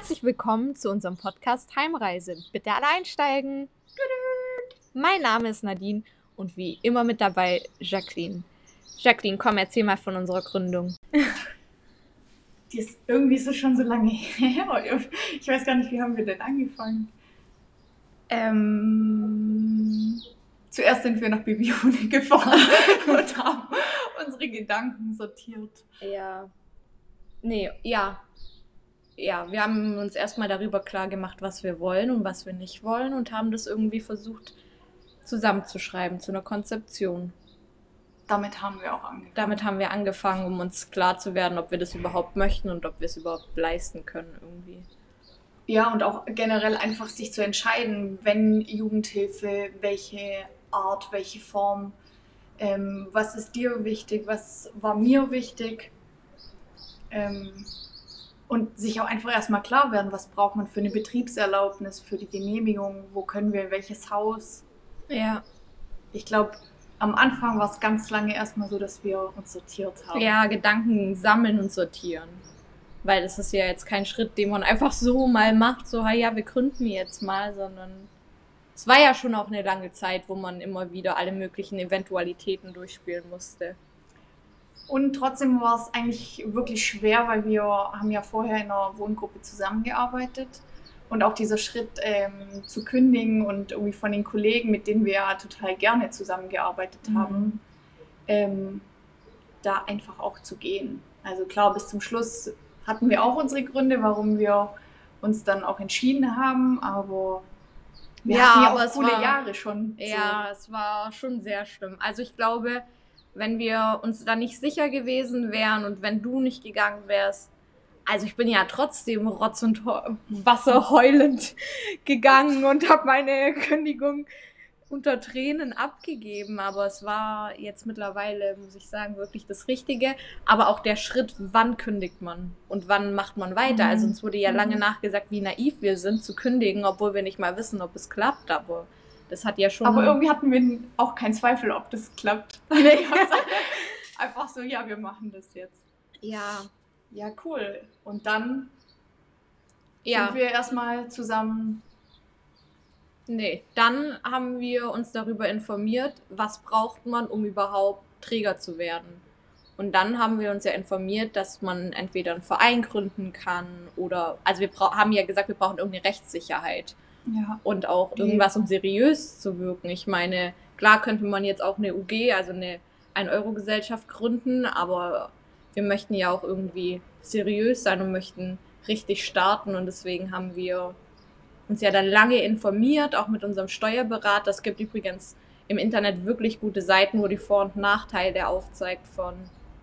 Herzlich willkommen zu unserem Podcast Heimreise. Bitte alle einsteigen. Mein Name ist Nadine und wie immer mit dabei Jacqueline. Jacqueline, komm, erzähl mal von unserer Gründung. Irgendwie ist es schon so lange her. Ich weiß gar nicht, wie haben wir denn angefangen? Zuerst sind wir nach Bibione gefahren und haben unsere Gedanken sortiert. Ja, wir haben uns erstmal darüber klar gemacht, was wir wollen und was wir nicht wollen und haben das irgendwie versucht zusammenzuschreiben zu einer Konzeption. Damit haben wir auch angefangen. Damit haben wir angefangen, um uns klar zu werden, ob wir das überhaupt möchten und ob wir es überhaupt leisten können irgendwie. Ja, und auch generell einfach sich zu entscheiden, wenn Jugendhilfe, welche Art, welche Form, was ist dir wichtig, was war mir wichtig. Und sich auch einfach erstmal klar werden, was braucht man für eine Betriebserlaubnis, für die Genehmigung, wo können wir, in welches Haus. Ja. Ich glaube, am Anfang war es ganz lange erstmal so, dass wir uns sortiert haben. Ja, Gedanken sammeln und sortieren. Weil das ist ja jetzt kein Schritt, den man einfach so mal macht, so, ja, wir gründen jetzt mal, sondern es war ja schon auch eine lange Zeit, wo man immer wieder alle möglichen Eventualitäten durchspielen musste. Und trotzdem war es eigentlich wirklich schwer, weil wir haben ja vorher in einer Wohngruppe zusammengearbeitet. Und auch dieser Schritt zu kündigen und irgendwie von den Kollegen, mit denen wir ja total gerne zusammengearbeitet haben, da einfach auch zu gehen. Also klar, bis zum Schluss hatten wir auch unsere Gründe, warum wir uns dann auch entschieden haben, aber wir hatten ja auch coole Jahre schon. Ja, so. Es war schon sehr schlimm. Also ich glaube, wenn wir uns da nicht sicher gewesen wären und wenn du nicht gegangen wärst, also ich bin ja trotzdem Rotz und Wasser heulend gegangen und habe meine Kündigung unter Tränen abgegeben, aber es war jetzt mittlerweile, muss ich sagen, wirklich das Richtige, aber auch der Schritt, wann kündigt man und wann macht man weiter, also uns wurde ja lange nachgesagt, wie naiv wir sind zu kündigen, obwohl wir nicht mal wissen, ob es klappt, aber das hat ja schon... Aber irgendwie hatten wir auch keinen Zweifel, ob das klappt. Einfach so, ja, wir machen das jetzt. Ja, cool. Und dann sind wir erstmal zusammen... Dann haben wir uns darüber informiert, was braucht man, um überhaupt Träger zu werden. Und dann haben wir uns ja informiert, dass man entweder einen Verein gründen kann oder, also wir haben ja gesagt, wir brauchen irgendeine Rechtssicherheit. Ja. Und auch irgendwas, um seriös zu wirken. Ich meine, klar könnte man jetzt auch eine UG, also eine 1-Euro-Gesellschaft gründen, aber wir möchten ja auch irgendwie seriös sein und möchten richtig starten und deswegen haben wir uns ja dann lange informiert, auch mit unserem Steuerberater. Es gibt übrigens im Internet wirklich gute Seiten, wo die Vor- und Nachteile aufzeigt von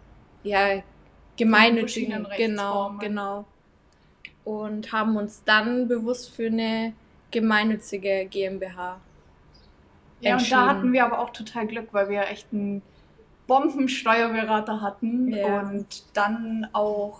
gemeinnützigen, genau. Und haben uns dann bewusst für eine gemeinnützige GmbH entschieden. Ja, und da hatten wir aber auch total Glück, weil wir echt einen Bombensteuerberater hatten und dann auch,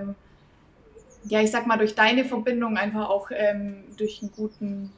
ich sag mal, durch deine Verbindung einfach auch durch einen guten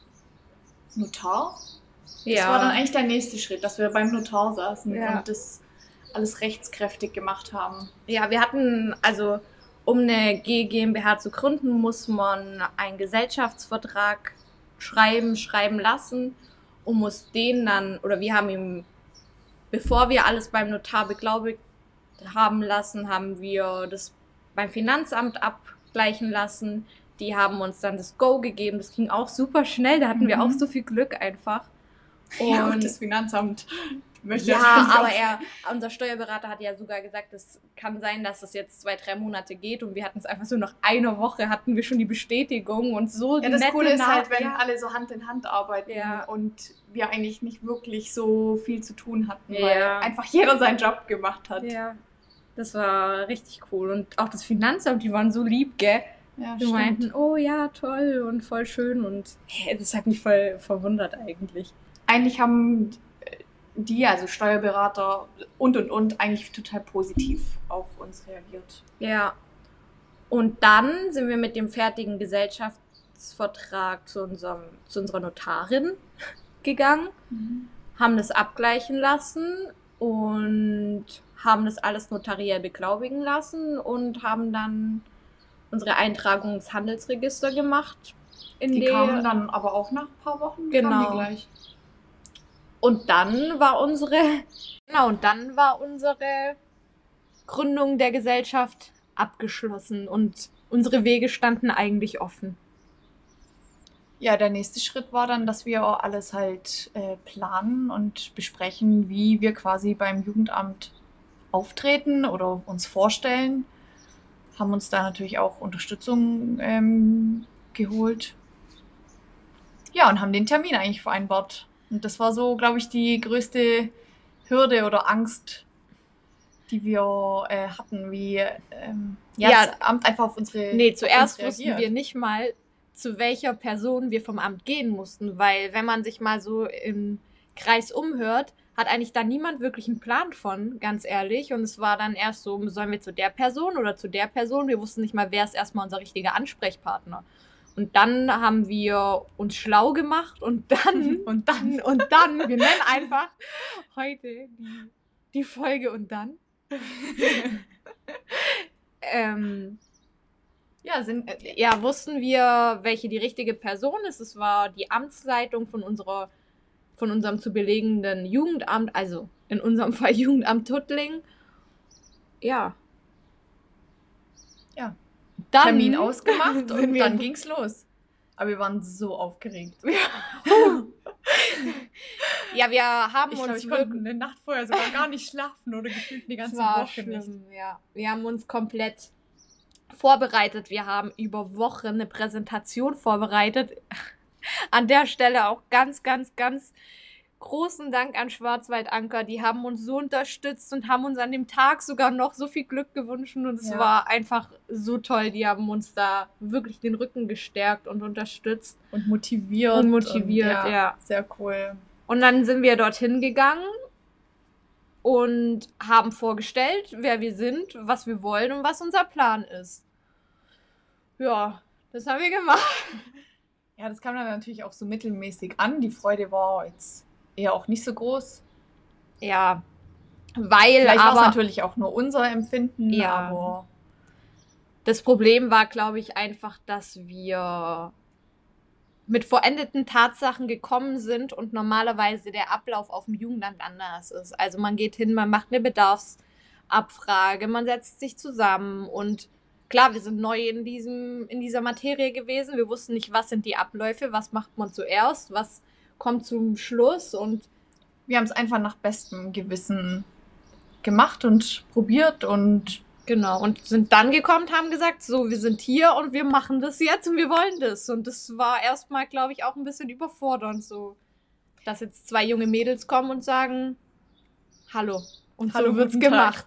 Notar. Das war dann eigentlich der nächste Schritt, dass wir beim Notar saßen und das alles rechtskräftig gemacht haben. Ja, wir hatten, also um eine GmbH zu gründen, muss man einen Gesellschaftsvertrag schreiben lassen und muss den dann, oder wir haben ihm, bevor wir alles beim Notar beglaubigt haben lassen, haben wir das beim Finanzamt abgleichen lassen. Die haben uns dann das Go gegeben. Das ging auch super schnell. Da hatten wir auch so viel Glück einfach. Und das Finanzamt möchte aber unser Steuerberater hat ja sogar gesagt, es kann sein, dass es jetzt 2-3 Monate geht und wir hatten es einfach so, nach einer Woche hatten wir schon die Bestätigung und so. Ja, das Coole ist halt, wenn alle so Hand in Hand arbeiten und wir eigentlich nicht wirklich so viel zu tun hatten, weil einfach jeder seinen Job gemacht hat. Ja, das war richtig cool und auch das Finanzamt, die waren so lieb, gell? Ja, die meinten, oh ja, toll und voll schön und das hat mich voll verwundert eigentlich. Eigentlich haben die, also Steuerberater und, eigentlich total positiv auf uns reagiert. Ja. Und dann sind wir mit dem fertigen Gesellschaftsvertrag zu unserer Notarin gegangen, haben das abgleichen lassen und haben das alles notariell beglaubigen lassen und haben dann unsere Eintragung ins Handelsregister gemacht. Die kamen dann aber auch nach ein paar Wochen. Genau. Kamen die gleich. Und dann war unsere Gründung der Gesellschaft abgeschlossen und unsere Wege standen eigentlich offen. Ja, der nächste Schritt war dann, dass wir auch alles halt planen und besprechen, wie wir quasi beim Jugendamt auftreten oder uns vorstellen. Haben uns da natürlich auch Unterstützung geholt. Ja, und haben den Termin eigentlich vereinbart. Und das war so, glaube ich, die größte Hürde oder Angst, die wir hatten, wie das Amt einfach auf unsere. Nee, zuerst wussten wir nicht mal, zu welcher Person wir vom Amt gehen mussten, weil wenn man sich mal so im Kreis umhört, hat eigentlich da niemand wirklich einen Plan von, ganz ehrlich. Und es war dann erst so, sollen wir zu der Person oder zu der Person? Wir wussten nicht mal, wer ist erstmal unser richtiger Ansprechpartner. Und dann haben wir uns schlau gemacht und dann, wir nennen einfach heute die Folge und dann. Wussten wir, welche die richtige Person ist. Es war die Amtsleitung von unserem zu belegenden Jugendamt, also in unserem Fall Jugendamt Tuttling. Ja. Ja. Dann Termin ausgemacht und dann ging's los. Aber wir waren so aufgeregt. Ja, wir haben ich konnte eine Nacht vorher sogar gar nicht schlafen oder gefühlt die ganze Woche nicht. Ja. Wir haben uns komplett vorbereitet. Wir haben über Wochen eine Präsentation vorbereitet. An der Stelle auch ganz, ganz, ganz großen Dank an Schwarzwaldanker. Die haben uns so unterstützt und haben uns an dem Tag sogar noch so viel Glück gewünscht und es war einfach so toll. Die haben uns da wirklich den Rücken gestärkt und unterstützt. Und motiviert. Ja. Sehr cool. Und dann sind wir dorthin gegangen und haben vorgestellt, wer wir sind, was wir wollen und was unser Plan ist. Ja, das haben wir gemacht. Ja, das kam dann natürlich auch so mittelmäßig an. Die Freude war jetzt eher auch nicht so groß. Ja, weil vielleicht war es natürlich auch nur unser Empfinden, aber das Problem war, glaube ich, einfach, dass wir mit vollendeten Tatsachen gekommen sind und normalerweise der Ablauf auf dem Jugendamt anders ist. Also man geht hin, man macht eine Bedarfsabfrage, man setzt sich zusammen und klar, wir sind neu in dieser Materie gewesen. Wir wussten nicht, was sind die Abläufe, was macht man zuerst, was kommt zum Schluss und wir haben es einfach nach bestem Gewissen gemacht und probiert und genau, und sind dann gekommen, haben gesagt, so, wir sind hier und wir machen das jetzt und wir wollen das. Und das war erstmal, glaube ich, auch ein bisschen überfordernd, so, dass jetzt 2 junge Mädels kommen und sagen, hallo. Und hallo, so wird's gemacht.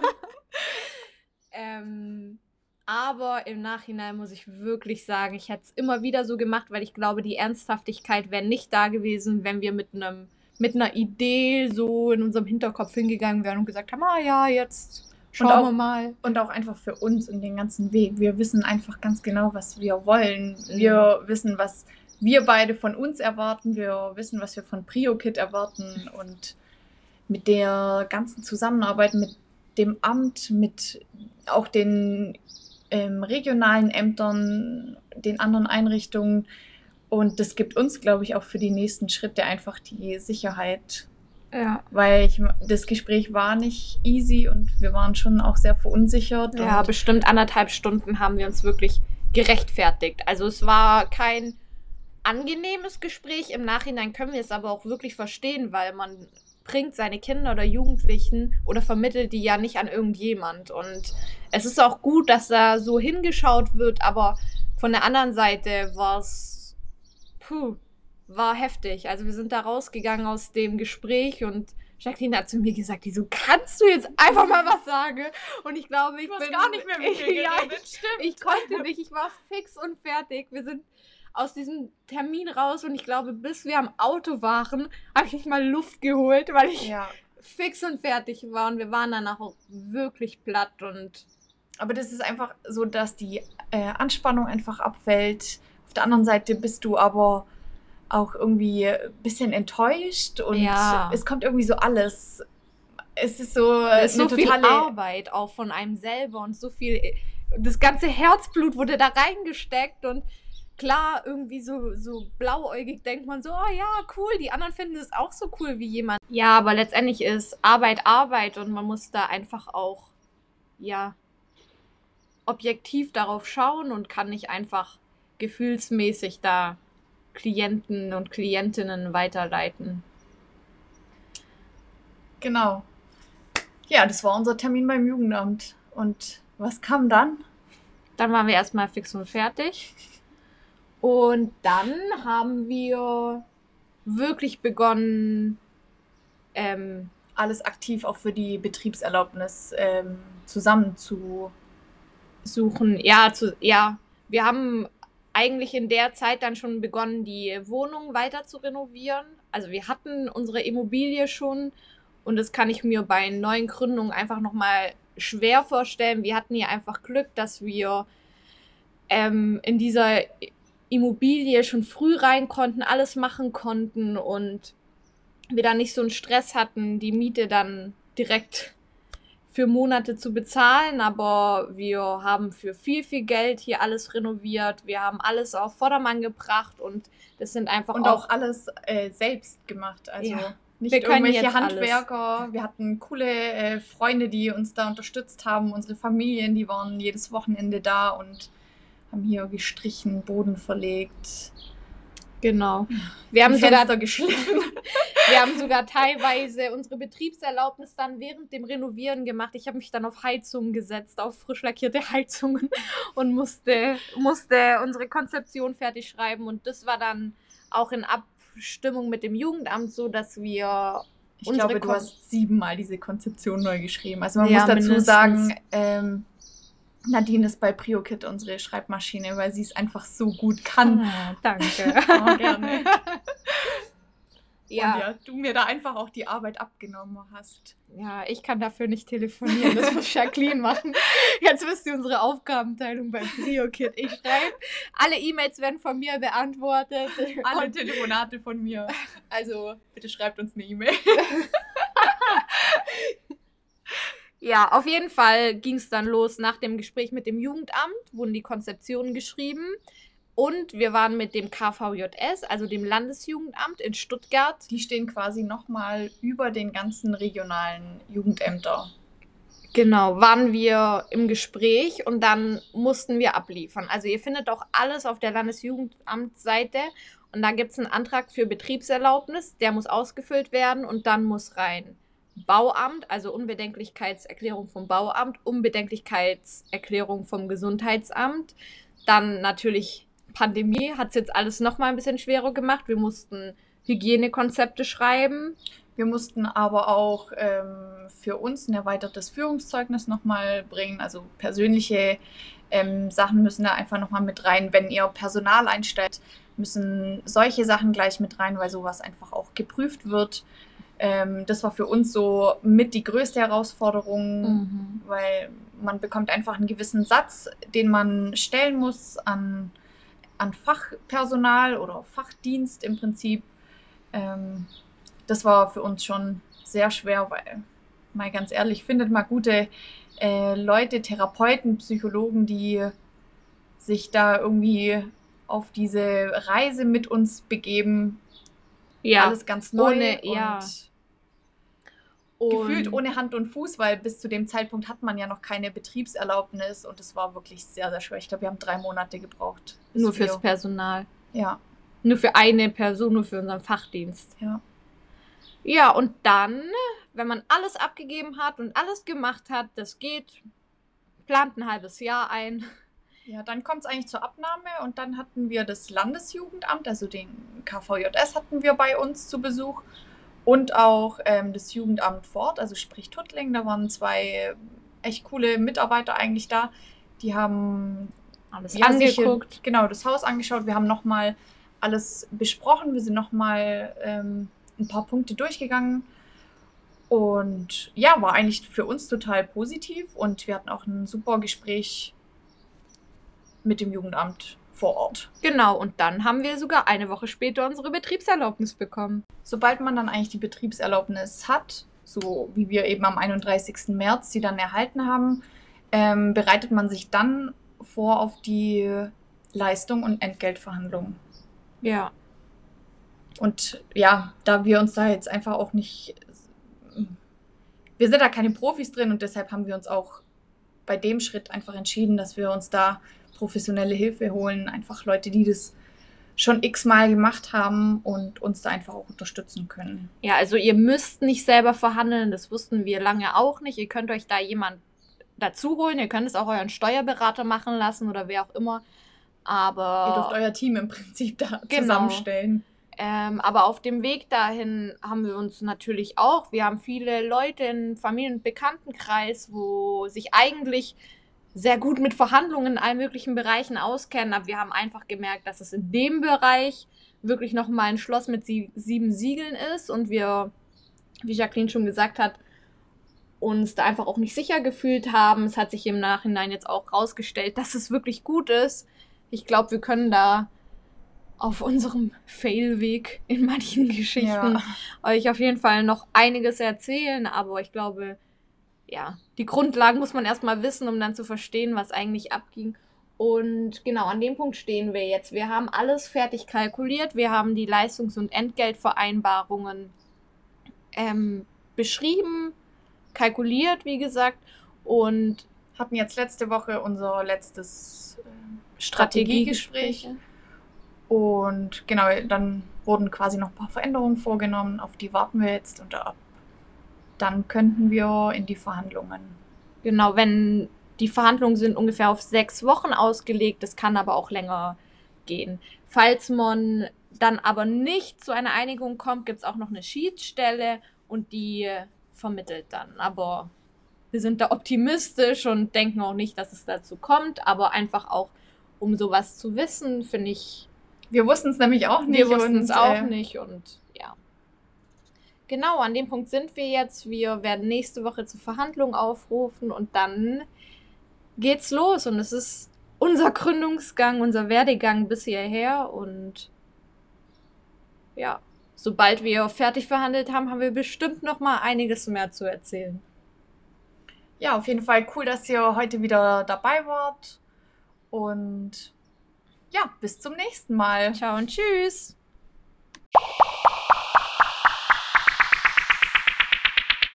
Aber im Nachhinein muss ich wirklich sagen, ich hätte es immer wieder so gemacht, weil ich glaube, die Ernsthaftigkeit wäre nicht da gewesen, wenn wir mit einer Idee so in unserem Hinterkopf hingegangen wären und gesagt haben, jetzt schauen wir mal. Und auch einfach für uns und den ganzen Weg. Wir wissen einfach ganz genau, was wir wollen. Wir wissen, was wir beide von uns erwarten. Wir wissen, was wir von PrioKid erwarten. Und mit der ganzen Zusammenarbeit mit dem Amt, mit auch den regionalen Ämtern, den anderen Einrichtungen. Und das gibt uns, glaube ich, auch für die nächsten Schritte einfach die Sicherheit. Ja. Weil das Gespräch war nicht easy und wir waren schon auch sehr verunsichert. Ja, bestimmt 1,5 Stunden haben wir uns wirklich gerechtfertigt. Also es war kein angenehmes Gespräch. Im Nachhinein können wir es aber auch wirklich verstehen, weil man bringt seine Kinder oder Jugendlichen oder vermittelt die ja nicht an irgendjemand. Und es ist auch gut, dass da so hingeschaut wird, aber von der anderen Seite war heftig. Also wir sind da rausgegangen aus dem Gespräch und Jacqueline hat zu mir gesagt, so, kannst du jetzt einfach mal was sagen? Und ich glaube, ich bin gar nicht mehr mit mir geredet. Stimmt. Ich konnte nicht, ich war fix und fertig. Wir sind aus diesem Termin raus und ich glaube, bis wir am Auto waren, habe ich nicht mal Luft geholt, weil ich fix und fertig war und wir waren danach auch wirklich platt. Aber das ist einfach so, dass die Anspannung einfach abfällt. Auf der anderen Seite bist du aber auch irgendwie ein bisschen enttäuscht und es kommt irgendwie so alles. Es ist so viel Arbeit auch von einem selber und so viel das ganze Herzblut wurde da reingesteckt und klar, irgendwie so blauäugig denkt man so, oh ja, cool, die anderen finden es auch so cool wie jemand. Ja, aber letztendlich ist Arbeit Arbeit und man muss da einfach auch, ja, objektiv darauf schauen und kann nicht einfach gefühlsmäßig da Klienten und Klientinnen weiterleiten. Genau. Ja, das war unser Termin beim Jugendamt. Und was kam dann? Dann waren wir erstmal fix und fertig. Und dann haben wir wirklich begonnen, alles aktiv auch für die Betriebserlaubnis zusammenzusuchen. Ja, wir haben eigentlich in der Zeit dann schon begonnen, die Wohnung weiter zu renovieren. Also wir hatten unsere Immobilie schon und das kann ich mir bei neuen Gründungen einfach nochmal schwer vorstellen. Wir hatten hier einfach Glück, dass wir in dieser Immobilie schon früh rein konnten, alles machen konnten und wir dann nicht so einen Stress hatten, die Miete dann direkt für Monate zu bezahlen, aber wir haben für viel, viel Geld hier alles renoviert. Wir haben alles auf Vordermann gebracht und das sind einfach und auch alles selbst gemacht. Also Ja. nicht Wir können irgendwelche jetzt Handwerker. Wir hatten coole Freunde, die uns da unterstützt haben. Unsere Familien, die waren jedes Wochenende da und haben hier gestrichen, Boden verlegt, genau. Wir haben die sogar Fenster geschliffen. Wir haben sogar teilweise unsere Betriebserlaubnis dann während dem Renovieren gemacht. Ich habe mich dann auf Heizungen gesetzt, auf frisch lackierte Heizungen und musste unsere Konzeption fertig schreiben. Und das war dann auch in Abstimmung mit dem Jugendamt so, dass wir Ich glaube, du hast 7-mal diese Konzeption neu geschrieben. Also man Ja, muss dazu mindestens. sagen, Nadine ist bei PrioKit unsere Schreibmaschine, weil sie es einfach so gut kann. Oh, danke. Oh, gerne. Ja. Und ja, du mir da einfach auch die Arbeit abgenommen hast. Ja, ich kann dafür nicht telefonieren, das muss Jacqueline machen. Jetzt wisst ihr unsere Aufgabenteilung beim PrioKit. Ich schreibe, alle E-Mails werden von mir beantwortet. Alle Telefonate von mir. Also bitte schreibt uns eine E-Mail. Ja, auf jeden Fall ging es dann los. Nach dem Gespräch mit dem Jugendamt wurden die Konzeptionen geschrieben. Und wir waren mit dem KVJS, also dem Landesjugendamt in Stuttgart. Die stehen quasi nochmal über den ganzen regionalen Jugendämtern. Genau, waren wir im Gespräch und dann mussten wir abliefern. Also ihr findet auch alles auf der Landesjugendamtsseite und da gibt es einen Antrag für Betriebserlaubnis, der muss ausgefüllt werden und dann muss rein Bauamt, also Unbedenklichkeitserklärung vom Bauamt, Unbedenklichkeitserklärung vom Gesundheitsamt, dann natürlich Pandemie hat es jetzt alles nochmal ein bisschen schwerer gemacht. Wir mussten Hygienekonzepte schreiben. Wir mussten aber auch für uns ein erweitertes Führungszeugnis nochmal bringen. Also persönliche Sachen müssen da einfach nochmal mit rein. Wenn ihr Personal einstellt, müssen solche Sachen gleich mit rein, weil sowas einfach auch geprüft wird. Das war für uns so mit die größte Herausforderung, weil man bekommt einfach einen gewissen Satz, den man stellen muss an Fachpersonal oder Fachdienst im Prinzip. Das war für uns schon sehr schwer, weil, mal ganz ehrlich, findet mal gute Leute, Therapeuten, Psychologen, die sich da irgendwie auf diese Reise mit uns begeben. Ja, Alles ganz neu und gefühlt ohne Hand und Fuß, weil bis zu dem Zeitpunkt hat man ja noch keine Betriebserlaubnis und es war wirklich sehr, sehr schwer. Ich glaube, wir haben 3 Monate gebraucht. Nur fürs Personal. Ja. Nur für eine Person, nur für unseren Fachdienst. Ja. Ja, und dann, wenn man alles abgegeben hat und alles gemacht hat, das geht, plant ein halbes Jahr ein. Ja, dann kommt es eigentlich zur Abnahme und dann hatten wir das Landesjugendamt, also den KVJS hatten wir bei uns zu Besuch und auch das Jugendamt vor Ort, also sprich Tuttlingen. Da waren 2 echt coole Mitarbeiter eigentlich da. Die haben alles angeguckt. Genau, das Haus angeschaut. Wir haben nochmal alles besprochen. Wir sind nochmal ein paar Punkte durchgegangen. Und ja, war eigentlich für uns total positiv. Und wir hatten auch ein super Gespräch mit dem Jugendamt vor Ort. Genau, und dann haben wir sogar eine Woche später unsere Betriebserlaubnis bekommen. Sobald man dann eigentlich die Betriebserlaubnis hat, so wie wir eben am 31. März sie dann erhalten haben, bereitet man sich dann vor auf die Leistung und Entgeltverhandlungen. Ja. Und ja, da wir uns da jetzt einfach auch nicht, wir sind da keine Profis drin und deshalb haben wir uns auch bei dem Schritt einfach entschieden, dass wir uns da professionelle Hilfe holen, einfach Leute, die das schon x-mal gemacht haben und uns da einfach auch unterstützen können. Ja, also ihr müsst nicht selber verhandeln, das wussten wir lange auch nicht. Ihr könnt euch da jemand dazu holen, ihr könnt es auch euren Steuerberater machen lassen oder wer auch immer. Aber ihr dürft euer Team im Prinzip da zusammenstellen. Aber auf dem Weg dahin haben wir uns natürlich auch, wir haben viele Leute im Familien- und Bekanntenkreis, wo sich eigentlich sehr gut mit Verhandlungen in allen möglichen Bereichen auskennen, aber wir haben einfach gemerkt, dass es in dem Bereich wirklich nochmal ein Schloss mit 7 Siegeln ist und wir, wie Jacqueline schon gesagt hat, uns da einfach auch nicht sicher gefühlt haben. Es hat sich im Nachhinein jetzt auch rausgestellt, dass es wirklich gut ist. Ich glaube, wir können da auf unserem Fail-Weg in manchen Geschichten euch auf jeden Fall noch einiges erzählen, aber ich glaube, ja, die Grundlagen muss man erstmal wissen, um dann zu verstehen, was eigentlich abging. Und genau, an dem Punkt stehen wir jetzt. Wir haben alles fertig kalkuliert. Wir haben die Leistungs- und Entgeltvereinbarungen beschrieben, kalkuliert, wie gesagt, und hatten jetzt letzte Woche unser letztes Strategiegespräch. Und genau, dann wurden quasi noch ein paar Veränderungen vorgenommen, auf die warten wir jetzt und dann könnten wir in die Verhandlungen. Genau, wenn die Verhandlungen sind ungefähr auf 6 Wochen ausgelegt, das kann aber auch länger gehen. Falls man dann aber nicht zu einer Einigung kommt, gibt es auch noch eine Schiedsstelle und die vermittelt dann. Aber wir sind da optimistisch und denken auch nicht, dass es dazu kommt, aber einfach auch, um sowas zu wissen, finde ich. Wir wussten es nämlich auch nicht. Wir wussten es auch nicht und ja. Genau, an dem Punkt sind wir jetzt. Wir werden nächste Woche zur Verhandlung aufrufen und dann geht's los. Und es ist unser Gründungsgang, unser Werdegang bis hierher. Und ja, sobald wir fertig verhandelt haben, haben wir bestimmt noch mal einiges mehr zu erzählen. Ja, auf jeden Fall cool, dass ihr heute wieder dabei wart. Und ja, bis zum nächsten Mal. Ciao und tschüss.